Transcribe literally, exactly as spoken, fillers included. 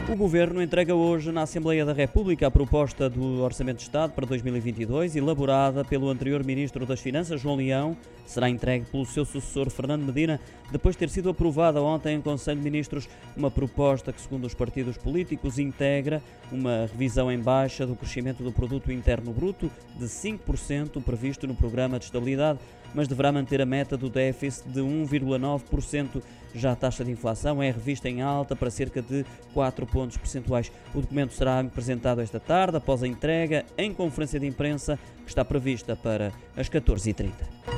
O Governo entrega hoje na Assembleia da República a proposta do Orçamento de Estado para dois mil e vinte e dois, elaborada pelo anterior Ministro das Finanças, João Leão. Será entregue pelo seu sucessor, Fernando Medina, depois de ter sido aprovada ontem em Conselho de Ministros uma proposta que, segundo os partidos políticos, integra uma revisão em baixa do crescimento do Produto Interno Bruto de cinco por cento previsto no Programa de Estabilidade, mas deverá manter a meta do déficit de um vírgula nove por cento. Já a taxa de inflação é revista em alta para cerca de quatro pontos percentuais. O documento será apresentado esta tarde, após a entrega em conferência de imprensa, que está prevista para as catorze e trinta.